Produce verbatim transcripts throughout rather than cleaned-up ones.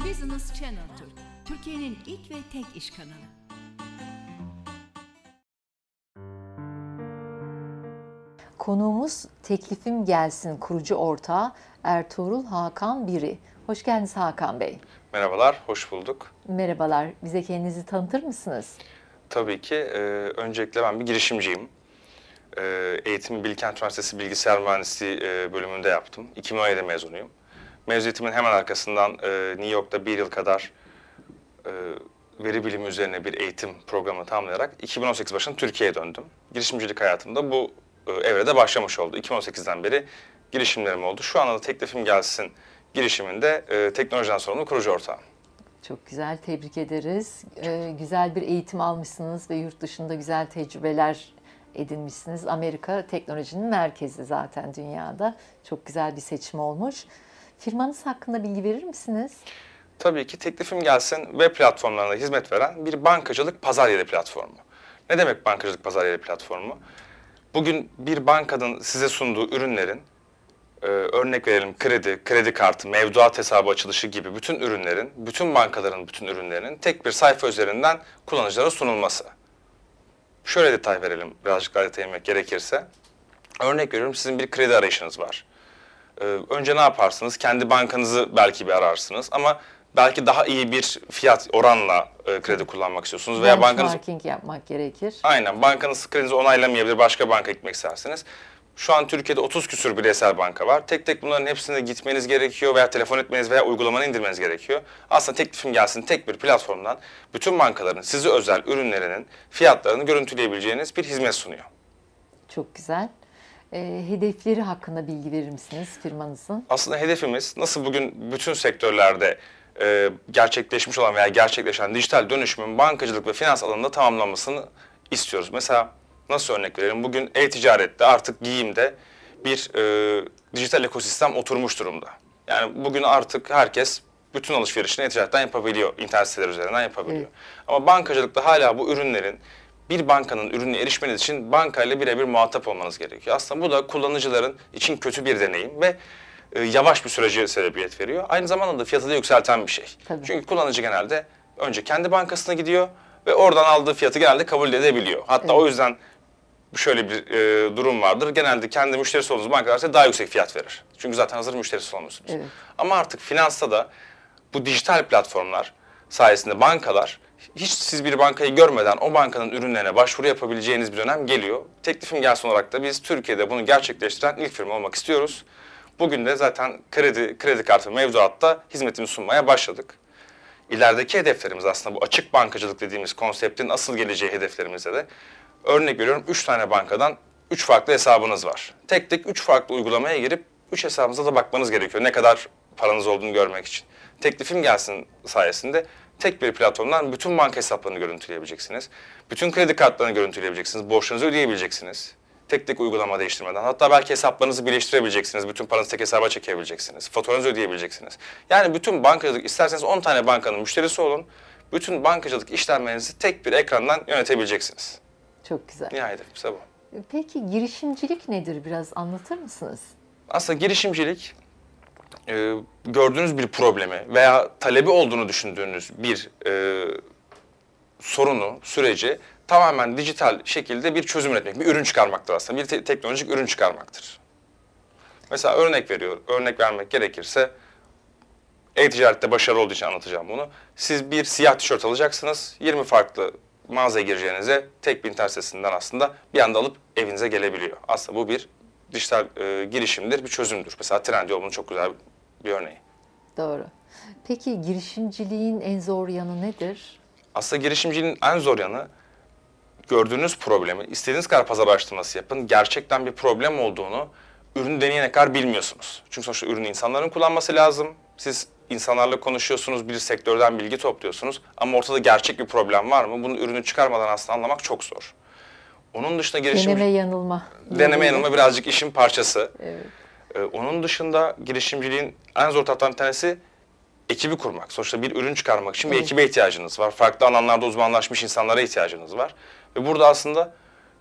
Business Channel Türk, Türkiye'nin ilk ve tek iş kanalı. Konuğumuz Teklifim Gelsin kurucu ortağı Ertuğrul Hakan Biri. Hoş geldiniz Hakan Bey. Merhabalar, hoş bulduk. Merhabalar, bize kendinizi tanıtır mısınız? Tabii ki. E, öncelikle ben bir girişimciyim. E, eğitimi Bilkent Üniversitesi Bilgisayar Mühendisliği e, bölümünde yaptım. iki bin on yedi mezunuyum. Mezuniyetimin hemen arkasından e, New York'ta bir yıl kadar e, veri bilimi üzerine bir eğitim programını tamamlayarak iki bin on sekiz başında Türkiye'ye döndüm. Girişimcilik hayatımda bu e, evrede başlamış oldu. iki bin on sekizden beri girişimlerim oldu. Şu anda da Teklifim Gelsin girişiminde e, teknolojiden sorumlu kurucu ortağım. Çok güzel, tebrik ederiz. Ee, güzel bir eğitim almışsınız ve yurt dışında güzel tecrübeler edinmişsiniz. Amerika teknolojinin merkezi zaten dünyada. Çok güzel bir seçim olmuş. Firmanız hakkında bilgi verir misiniz? Tabii ki Teklifim Gelsin web platformlarına hizmet veren bir bankacılık pazar yeri platformu. Ne demek bankacılık pazar yeri platformu? Bugün bir bankanın size sunduğu ürünlerin, e, örnek verelim kredi, kredi kartı, mevduat hesabı açılışı gibi bütün ürünlerin, bütün bankaların bütün ürünlerinin tek bir sayfa üzerinden kullanıcılara sunulması. Şöyle detay verelim, birazcık daha detay vermek gerekirse. Örnek veriyorum, sizin bir kredi arayışınız var. Ee, önce ne yaparsınız? Kendi bankanızı belki bir ararsınız ama belki daha iyi bir fiyat oranla e, kredi kullanmak istiyorsunuz veya bankanız benchmarking yapmak gerekir. aynen bankanız kredinizi onaylamayabilir, başka banka gitmek isterseniz. Şu an Türkiye'de otuz küsur bireysel banka var. Tek tek bunların hepsine gitmeniz gerekiyor veya telefon etmeniz veya uygulamanı indirmeniz gerekiyor. Aslında Teklifim Gelsin tek bir platformdan bütün bankaların size özel ürünlerinin fiyatlarını görüntüleyebileceğiniz bir hizmet sunuyor. Çok güzel. Ee, hedefleri hakkında bilgi verir misiniz firmanızın? Aslında hedefimiz nasıl bugün bütün sektörlerde e, gerçekleşmiş olan veya gerçekleşen dijital dönüşümün bankacılık ve finans alanında tamamlanmasını istiyoruz. Mesela nasıl örnek verelim? Bugün e-ticarette artık giyimde bir e, dijital ekosistem oturmuş durumda. Yani bugün artık herkes bütün alışverişini e-ticaretten yapabiliyor, internet siteleri üzerinden yapabiliyor. Evet. Ama bankacılıkta hala bu ürünlerin bir bankanın ürününe erişmeniz için bankayla birebir muhatap olmanız gerekiyor. Aslında bu da kullanıcıların için kötü bir deneyim ve e, yavaş bir sürece sebebiyet veriyor. Aynı zamanda da fiyatı da yükselten bir şey. Tabii. Çünkü kullanıcı genelde önce kendi bankasına gidiyor ve oradan aldığı fiyatı genelde kabul edebiliyor. Hatta Evet. o yüzden şöyle bir e, durum vardır. Genelde kendi müşterisi olduğunuz bankalar size daha yüksek fiyat verir. Çünkü zaten hazır müşterisi olmuşsunuz. Evet. Ama artık finansta da bu dijital platformlar sayesinde bankalar hiç siz bir bankayı görmeden o bankanın ürünlerine başvuru yapabileceğiniz bir dönem geliyor. Teklifim Gelsin olarak da biz Türkiye'de bunu gerçekleştiren ilk firma olmak istiyoruz. Bugün de zaten kredi kredi kartı mevduatta hizmetini sunmaya başladık. İlerideki hedeflerimiz aslında bu açık bankacılık dediğimiz konseptin asıl geleceği hedeflerimize de örnek veriyorum üç tane bankadan üç farklı hesabınız var. Tek tek üç farklı uygulamaya girip üç hesabınıza da bakmanız gerekiyor ne kadar paranız olduğunu görmek için. Teklifim Gelsin sayesinde tek bir platformdan bütün banka hesaplarını görüntüleyebileceksiniz. Bütün kredi kartlarını görüntüleyebileceksiniz. Borçlarınızı ödeyebileceksiniz. Tek tek uygulama değiştirmeden. Hatta belki hesaplarınızı birleştirebileceksiniz. Bütün paranızı tek hesaba çekebileceksiniz. Faturanızı ödeyebileceksiniz. Yani bütün bankacılık, isterseniz on tane bankanın müşterisi olun. Bütün bankacılık işlemlerinizi tek bir ekrandan yönetebileceksiniz. Çok güzel. Nihayet hedefimiz de bu. Peki girişimcilik nedir? Biraz anlatır mısınız? Aslında girişimcilik e, gördüğünüz bir problemi veya talebi olduğunu düşündüğünüz bir e, sorunu, süreci tamamen dijital şekilde bir çözüm üretmek, bir ürün çıkarmaktır aslında. Bir te- teknolojik ürün çıkarmaktır. Mesela örnek veriyor, örnek vermek gerekirse e-ticarette başarılı olduğu için anlatacağım bunu. Siz bir siyah tişört alacaksınız, yirmi farklı mağazaya gireceğinize tek bir internet sitesinden aslında bir anda alıp evinize gelebiliyor. Aslında bu bir dijital e, girişimdir, bir çözümdür. Mesela Trendyol bunun çok güzel bir örneği. Doğru. Peki girişimciliğin en zor yanı nedir? Aslında girişimciliğin en zor yanı gördüğünüz problemi, istediğiniz kadar pazar araştırması yapın, gerçekten bir problem olduğunu ürünü deneyene kadar bilmiyorsunuz. Çünkü sonuçta ürünü insanların kullanması lazım. Siz insanlarla konuşuyorsunuz, bir sektörden bilgi topluyorsunuz ama ortada gerçek bir problem var mı? Bunu ürünü çıkarmadan aslında anlamak çok zor. Onun dışında girişimci... Deneme yanılma. Deneme yanılma birazcık işin parçası. Evet. Ee, onun dışında girişimciliğin en zor taraflarından bir tanesi ekibi kurmak. Sonuçta bir ürün çıkarmak için bir Evet. ekibe ihtiyacınız var. Farklı alanlarda uzmanlaşmış insanlara ihtiyacınız var. Ve burada aslında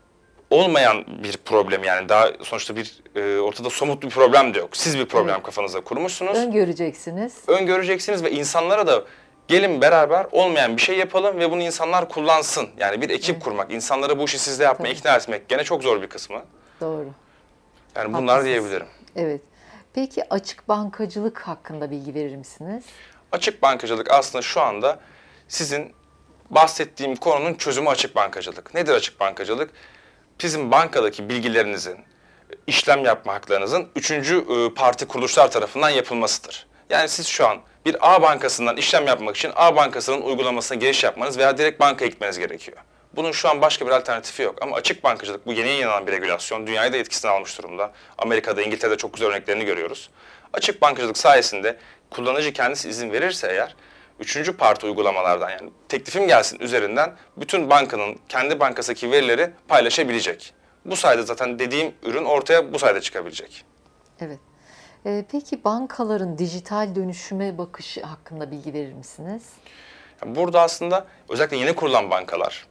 olmayan bir problem, yani daha sonuçta bir e, ortada somut bir problem de yok. Siz bir problem Evet. kafanızda kurmuşsunuz. Öngöreceksiniz. Öngöreceksiniz ve insanlara da gelin beraber olmayan bir şey yapalım ve bunu insanlar kullansın. Yani bir ekip Evet. kurmak, insanları bu işi sizde yapmaya Tabii. ikna etmek gene çok zor bir kısmı. Doğru. Yani bunlar Haklısınız. diyebilirim. Evet. Peki açık bankacılık hakkında bilgi verir misiniz? Açık bankacılık aslında şu anda sizin bahsettiğim konunun çözümü açık bankacılık. Nedir açık bankacılık? Sizin bankadaki bilgilerinizin, işlem yapma haklarınızın üçüncü e, parti kuruluşlar tarafından yapılmasıdır. Yani siz şu an bir A bankasından işlem yapmak için A bankasının uygulamasına giriş yapmanız veya direkt bankaya gitmeniz gerekiyor. Bunun şu an başka bir alternatifi yok. Ama açık bankacılık bu yeni yayınlanan bir regülasyon. Dünyayı da etkisine almış durumda. Amerika'da, İngiltere'de çok güzel örneklerini görüyoruz. Açık bankacılık sayesinde kullanıcı kendisi izin verirse eğer, üçüncü parti uygulamalardan, yani teklifim gelsin üzerinden bütün bankanın kendi bankasındaki verileri paylaşabilecek. Bu sayede zaten dediğim ürün ortaya bu sayede çıkabilecek. Evet. Ee, peki bankaların dijital dönüşüme bakışı hakkında bilgi verir misiniz? Yani burada aslında özellikle yeni kurulan bankalar,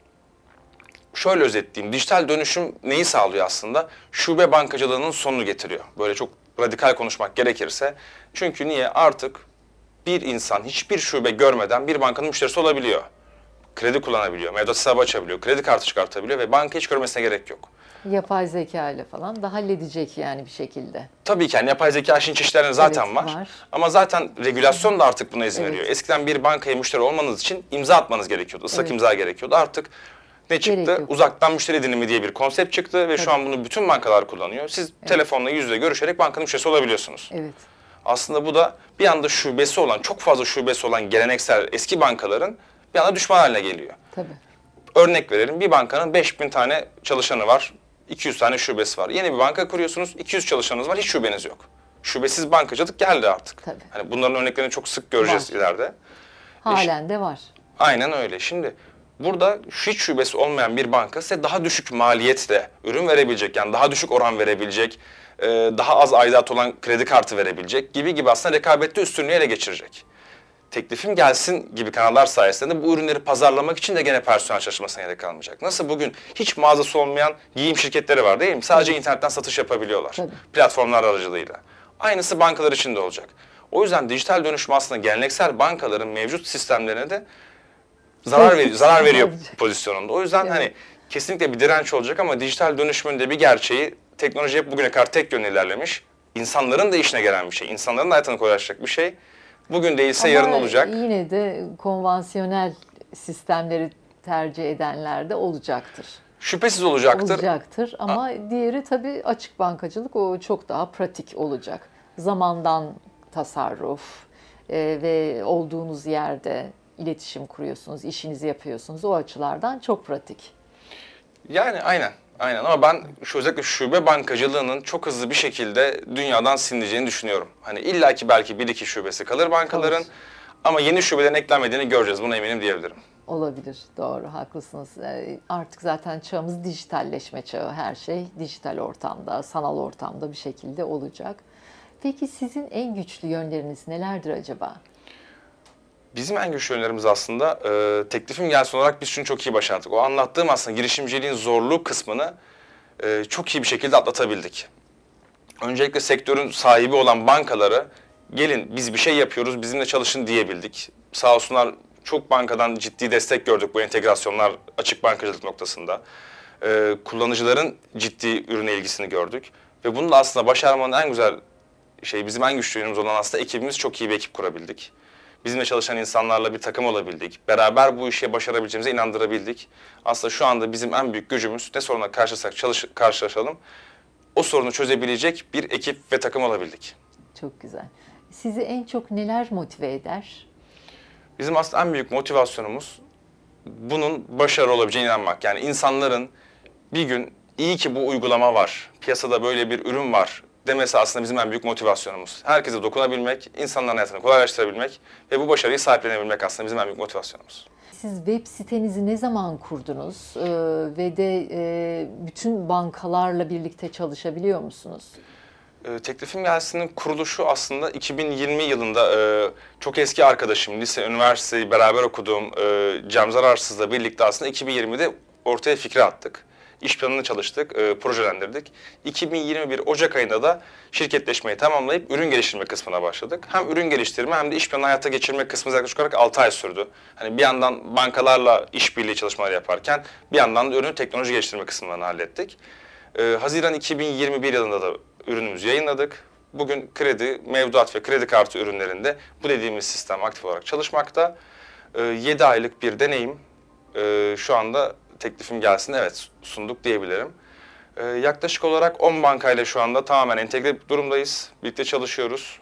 şöyle özetleyeyim, dijital dönüşüm neyi sağlıyor aslında? Şube bankacılığının sonunu getiriyor. Böyle çok radikal konuşmak gerekirse. Çünkü niye? Artık bir insan hiçbir şube görmeden bir bankanın müşterisi olabiliyor. Kredi kullanabiliyor, mevduat hesabı açabiliyor, kredi kartı çıkartabiliyor ve banka hiç görmesine gerek yok. Yapay zeka ile falan da halledecek yani bir şekilde. Tabii ki yani yapay zeka işin çeşitlerinde zaten Evet, var. var. Ama zaten regülasyon da artık buna izin Evet. veriyor. Eskiden bir bankaya müşteri olmanız için imza atmanız gerekiyordu. Islak Evet. imza gerekiyordu. Artık ne Gerek çıktı? yok. Uzaktan müşteri edinimi diye bir konsept çıktı ve şu Tabii. an bunu bütün bankalar kullanıyor. Siz telefonla yüz yüze görüşerek bankanın müşterisi olabiliyorsunuz. Evet. Aslında bu da bir anda şubesi olan, çok fazla şubesi olan geleneksel eski bankaların bir anda düşman haline geliyor. Tabii. Örnek verelim, bir bankanın beş bin tane çalışanı var, iki yüz tane şubesi var. Yeni bir banka kuruyorsunuz, iki yüz çalışanınız var, hiç şubeniz yok. Şubesiz bankacılık geldi artık. Tabii. Hani bunların örneklerini çok sık göreceğiz Var. ileride. Halen de var. Aynen öyle. Şimdi burada hiç şubesi olmayan bir banka size daha düşük maliyetle ürün verebilecek, yani daha düşük oran verebilecek, e, daha az aidat olan kredi kartı verebilecek gibi gibi aslında rekabette üstünlüğü ele geçirecek. Teklifim gelsin gibi kanallar sayesinde bu ürünleri pazarlamak için de gene personel çalışmasına gerek kalmayacak. Nasıl bugün hiç mağazası olmayan giyim şirketleri var değil mi? Sadece Evet. internetten satış yapabiliyorlar. Tabii. Platformlar aracılığıyla. Aynısı bankalar için de olacak. O yüzden dijital dönüşüm aslında geleneksel bankaların mevcut sistemlerine de zarar, ver, zarar veriyor pozisyonunda. O yüzden Evet. hani kesinlikle bir direnç olacak ama dijital dönüşümün de bir gerçeği, teknoloji hep bugüne kadar tek yönlü ilerlemiş. İnsanların da işine gelen bir şey, insanların da hayatını kolaylaştıracak bir şey. Bugün değilse yarın Ama olacak. yine de konvansiyonel sistemleri tercih edenler de olacaktır. Şüphesiz olacaktır. Olacaktır ama diğeri tabii açık bankacılık, o çok daha pratik olacak. Zamandan tasarruf e, ve olduğunuz yerde iletişim kuruyorsunuz, işinizi yapıyorsunuz. O açılardan çok pratik. Yani aynen. Aynen ama ben şu özellikle şube bankacılığının çok hızlı bir şekilde dünyadan silineceğini düşünüyorum. Hani illaki belki bir iki şubesi kalır bankaların Kalır. ama yeni şubelerin eklenmediğini göreceğiz. Buna eminim diyebilirim. Olabilir, doğru, haklısınız. Ee, Artık zaten çağımız dijitalleşme çağı. Her şey dijital ortamda, sanal ortamda bir şekilde olacak. Peki sizin en güçlü yönleriniz nelerdir acaba? Bizim en güçlü yönlerimiz aslında e, teklifim gelsin olarak biz şunu çok iyi başardık. O anlattığım aslında girişimciliğin zorluğu kısmını e, çok iyi bir şekilde atlatabildik. Öncelikle sektörün sahibi olan bankaları gelin biz bir şey yapıyoruz bizimle çalışın diyebildik. Sağ olsunlar çok bankadan ciddi destek gördük bu entegrasyonlar açık bankacılık noktasında. E, kullanıcıların ciddi ürüne ilgisini gördük. Ve bunu da aslında başarmanın en güzel şey, bizim en güçlü yönümüz olan aslında ekibimiz, çok iyi bir ekip kurabildik. Bizimle çalışan insanlarla bir takım olabildik. Beraber bu işi başarabileceğimize inandırabildik. Aslında şu anda bizim en büyük gücümüz ne sorunla karşılaşsak çalış, karşılaşalım, o sorunu çözebilecek bir ekip ve takım olabildik. Çok güzel. Sizi en çok neler motive eder? Bizim aslında en büyük motivasyonumuz bunun başarılı olabileceğine inanmak. Yani insanların bir gün iyi ki bu uygulama var, piyasada böyle bir ürün var demesi aslında bizim en büyük motivasyonumuz. Herkese dokunabilmek, insanların hayatını kolaylaştırabilmek ve bu başarıyı sahiplenebilmek aslında bizim en büyük motivasyonumuz. Siz web sitenizi ne zaman kurdunuz Ee, ve de e, bütün bankalarla birlikte çalışabiliyor musunuz? E, Teklifim Gelsin'in kuruluşu aslında iki bin yirmi yılında e, çok eski arkadaşım, lise, üniversiteyi beraber okuduğum e, Cem Zararsız'la birlikte aslında iki bin yirmide ortaya fikri attık. iş planını çalıştık, e, projelendirdik. iki bin yirmi bir Ocak ayında da şirketleşmeyi tamamlayıp ürün geliştirme kısmına başladık. Hem ürün geliştirme hem de iş planı hayata geçirme kısmı yaklaşık olarak altı ay sürdü. Hani bir yandan bankalarla işbirliği çalışmaları yaparken bir yandan da ürün teknoloji geliştirme kısımlarını hallettik. E, Haziran iki bin yirmi bir yılında da ürünümüzü yayınladık. Bugün kredi, mevduat ve kredi kartı ürünlerinde bu dediğimiz sistem aktif olarak çalışmakta. yedi aylık bir deneyim. Şu anda teklifim gelsin, evet sunduk diyebilirim. Yaklaşık olarak on bankayla şu anda tamamen entegre bir durumdayız. Birlikte çalışıyoruz.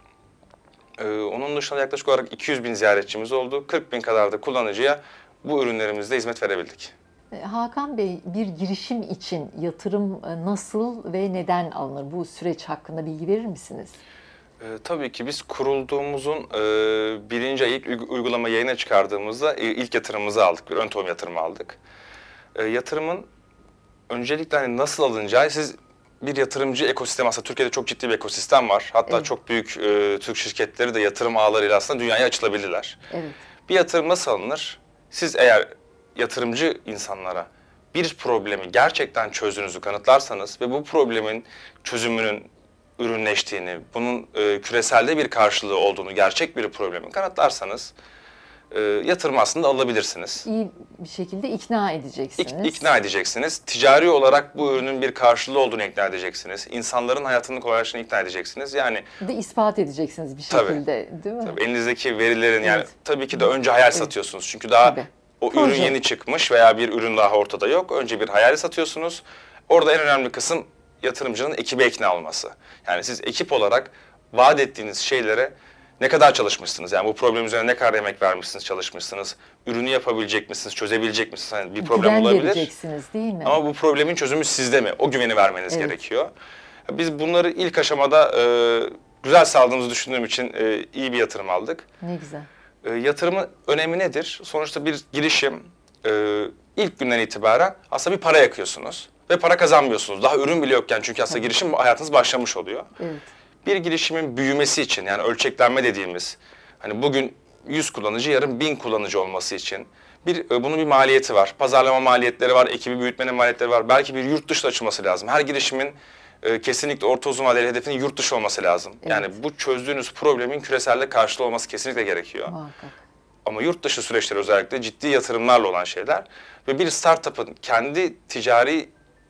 Onun dışında yaklaşık olarak iki yüz bin ziyaretçimiz oldu. kırk bin kadar da kullanıcıya bu ürünlerimizde hizmet verebildik. Hakan Bey, bir girişim için yatırım nasıl ve neden alınır? Bu süreç hakkında bilgi verir misiniz? E, tabii ki biz kurulduğumuzun e, birinci ayı ilk uygulama yayına çıkardığımızda e, ilk yatırımımızı aldık, bir ön tohum yatırımı aldık. E, yatırımın öncelikle hani nasıl alınacağı, siz bir yatırımcı ekosistemi, aslında Türkiye'de çok ciddi bir ekosistem var. Hatta evet. çok büyük e, Türk şirketleri de yatırım ağlarıyla aslında dünyaya açılabilirler. Evet. Bir yatırım nasıl alınır? Siz eğer yatırımcı insanlara bir problemi gerçekten çözdüğünüzü kanıtlarsanız ve bu problemin çözümünün ürünleştiğini, bunun e, küreselde bir karşılığı olduğunu, gerçek bir problemin kanıtlarsanız e, yatırım aslında alabilirsiniz. İyi bir şekilde ikna edeceksiniz. İk, ikna edeceksiniz. Ticari olarak bu ürünün bir karşılığı olduğunu ikna edeceksiniz. İnsanların hayatını kolaylaştığını ikna edeceksiniz. Yani de ispat edeceksiniz bir şekilde, tabii, değil mi? Tabii, elinizdeki verilerin evet. yani tabii ki de önce hayal evet. satıyorsunuz. Çünkü daha tabii. o Proje. ürün yeni çıkmış veya bir ürün daha ortada yok. Önce bir hayali satıyorsunuz. Orada en önemli kısım yatırımcının ekibe ikna olması. Yani siz ekip olarak vaat ettiğiniz şeylere ne kadar çalışmışsınız? Yani bu problem üzerine ne kadar emek vermişsiniz, çalışmışsınız? Ürünü yapabilecek misiniz, çözebilecek misiniz? Yani bir problem Güven olabilir. vereceksiniz değil mi? Ama bu problemin çözümü sizde mi? O güveni vermeniz evet. gerekiyor. Biz bunları ilk aşamada e, güzel sağladığımızı düşündüğüm için e, iyi bir yatırım aldık. Ne güzel. E, yatırımın önemi nedir? Sonuçta bir girişim e, ilk günden itibaren aslında bir para yakıyorsunuz. Ve para kazanmıyorsunuz. Daha ürün bile yokken, çünkü aslında girişim hayatınız başlamış oluyor. Evet. Bir girişimin büyümesi için, yani ölçeklenme dediğimiz, hani bugün yüz kullanıcı, yarın bin kullanıcı olması için bir bunun bir maliyeti var. Pazarlama maliyetleri var, ekibi büyütmenin maliyetleri var. Belki bir yurt dışı açılması lazım. Her girişimin e, kesinlikle orta uzun vadeli hedefinin yurt dışı olması lazım. Evet. Yani bu çözdüğünüz problemin küreselde karşılığı olması kesinlikle gerekiyor. Muhakkak. Ama yurt dışı süreçleri özellikle ciddi yatırımlarla olan şeyler ve bir startup'ın kendi ticari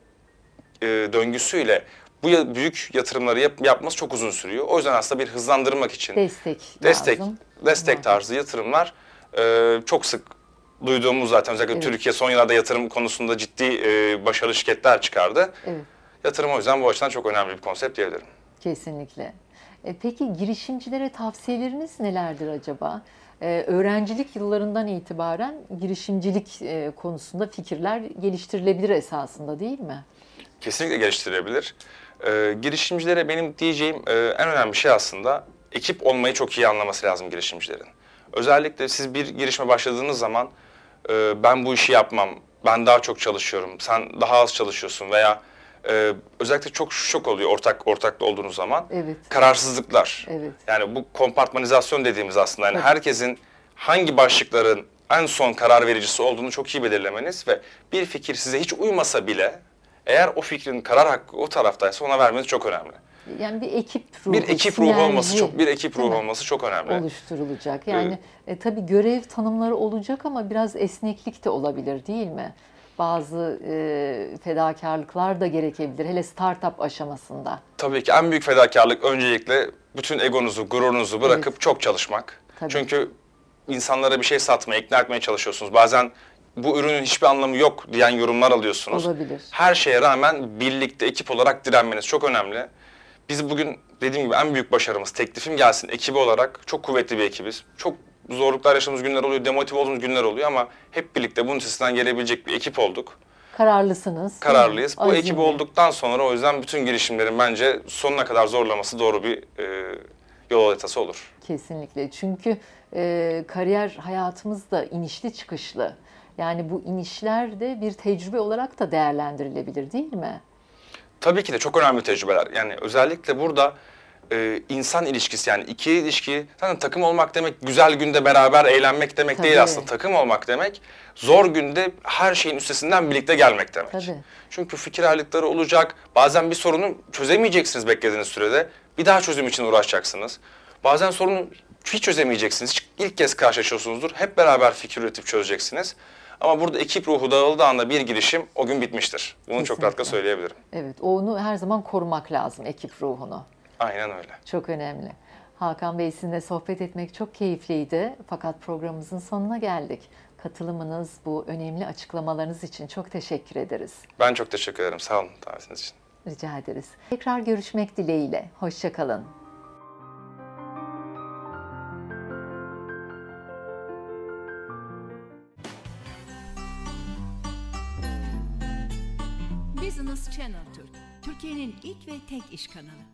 e, döngüsüyle bu büyük yatırımları yap, yapması çok uzun sürüyor. O yüzden aslında bir hızlandırmak için destek, destek, lazım. destek tarzı yatırımlar e, çok sık duyduğumuz, zaten özellikle evet. Türkiye son yıllarda yatırım konusunda ciddi e, başarılı şirketler çıkardı. Evet. Yatırım o yüzden bu açıdan çok önemli bir konsept diyebilirim. Kesinlikle. E, peki girişimcilere tavsiyeleriniz nelerdir acaba? Ee, öğrencilik yıllarından itibaren girişimcilik e, konusunda fikirler geliştirilebilir esasında, değil mi? Kesinlikle geliştirilebilir. Ee, girişimcilere benim diyeceğim e, en önemli şey aslında ekip olmayı çok iyi anlaması lazım girişimcilerin. Özellikle siz bir girişime başladığınız zaman e, ben bu işi yapmam, ben daha çok çalışıyorum, sen daha az çalışıyorsun veya e, özellikle çok şok oluyor ortak ortaklı olduğunuz zaman. Evet. Kararsızlıklar. Evet. Yani bu kompartmanizasyon dediğimiz aslında yani evet. herkesin hangi başlıkların en son karar vericisi olduğunu çok iyi belirlemeniz ve bir fikir size hiç uymasa bile eğer o fikrin karar hakkı o taraftaysa ona vermeniz çok önemli. Yani bir ekip ruhu, bir ekip ruhu olması çok bir ekip ruhu olması çok önemli. Oluşturulacak. Yani ee, e, tabii görev tanımları olacak ama biraz esneklik de olabilir, değil mi? Bazı e, fedakarlıklar da gerekebilir, hele startup aşamasında. Tabii ki en büyük fedakarlık öncelikle bütün egonuzu, gururunuzu bırakıp evet. çok çalışmak. Tabii. Çünkü insanlara bir şey satmaya, ikna etmeye çalışıyorsunuz. Bazen bu ürünün hiçbir anlamı yok diyen yorumlar alıyorsunuz. Olabilir. Her şeye rağmen birlikte, ekip olarak direnmeniz çok önemli. Biz bugün dediğim gibi en büyük başarımız teklifim gelsin ekibi olarak çok kuvvetli bir ekibiz. Çok zorluklar yaşadığımız günler oluyor, demotive olduğumuz günler oluyor ama hep birlikte bunun üstesinden gelebilecek bir ekip olduk. Kararlısınız. Kararlıyız. Bu Azimli. ekip olduktan sonra o yüzden bütün girişimlerin bence sonuna kadar zorlaması doğru bir e, yol haritası olur. Kesinlikle. Çünkü e, kariyer hayatımız da inişli çıkışlı. Yani bu inişler de bir tecrübe olarak da değerlendirilebilir, değil mi? Tabii ki de çok önemli tecrübeler. Yani özellikle burada e, insan ilişkisi, yani ikili ilişki, zaten takım olmak demek güzel günde beraber eğlenmek demek Tabii. değil aslında. Takım olmak demek zor günde her şeyin üstesinden birlikte gelmek demek. Tabii. Çünkü fikir ayrılıkları olacak. Bazen bir sorunu çözemeyeceksiniz beklediğiniz sürede. Bir daha çözüm için uğraşacaksınız. Bazen sorunu hiç çözemeyeceksiniz. Hiç ilk kez karşılaşıyorsunuzdur. Hep beraber fikir üretip çözeceksiniz. Ama burada ekip ruhu dağıldığı anda bir girişim o gün bitmiştir. Bunu çok Kesinlikle. rahatlıkla söyleyebilirim. Evet, onu her zaman korumak lazım, ekip ruhunu. Aynen öyle. Çok önemli. Hakan Bey, sizinle sohbet etmek çok keyifliydi. Fakat programımızın sonuna geldik. Katılımınız, bu önemli açıklamalarınız için çok teşekkür ederiz. Ben çok teşekkür ederim. Sağ olun davetiniz için. Rica ederiz. Tekrar görüşmek dileğiyle. Hoşça kalın. Business Channel Türk, Türkiye'nin ilk ve tek iş kanalı.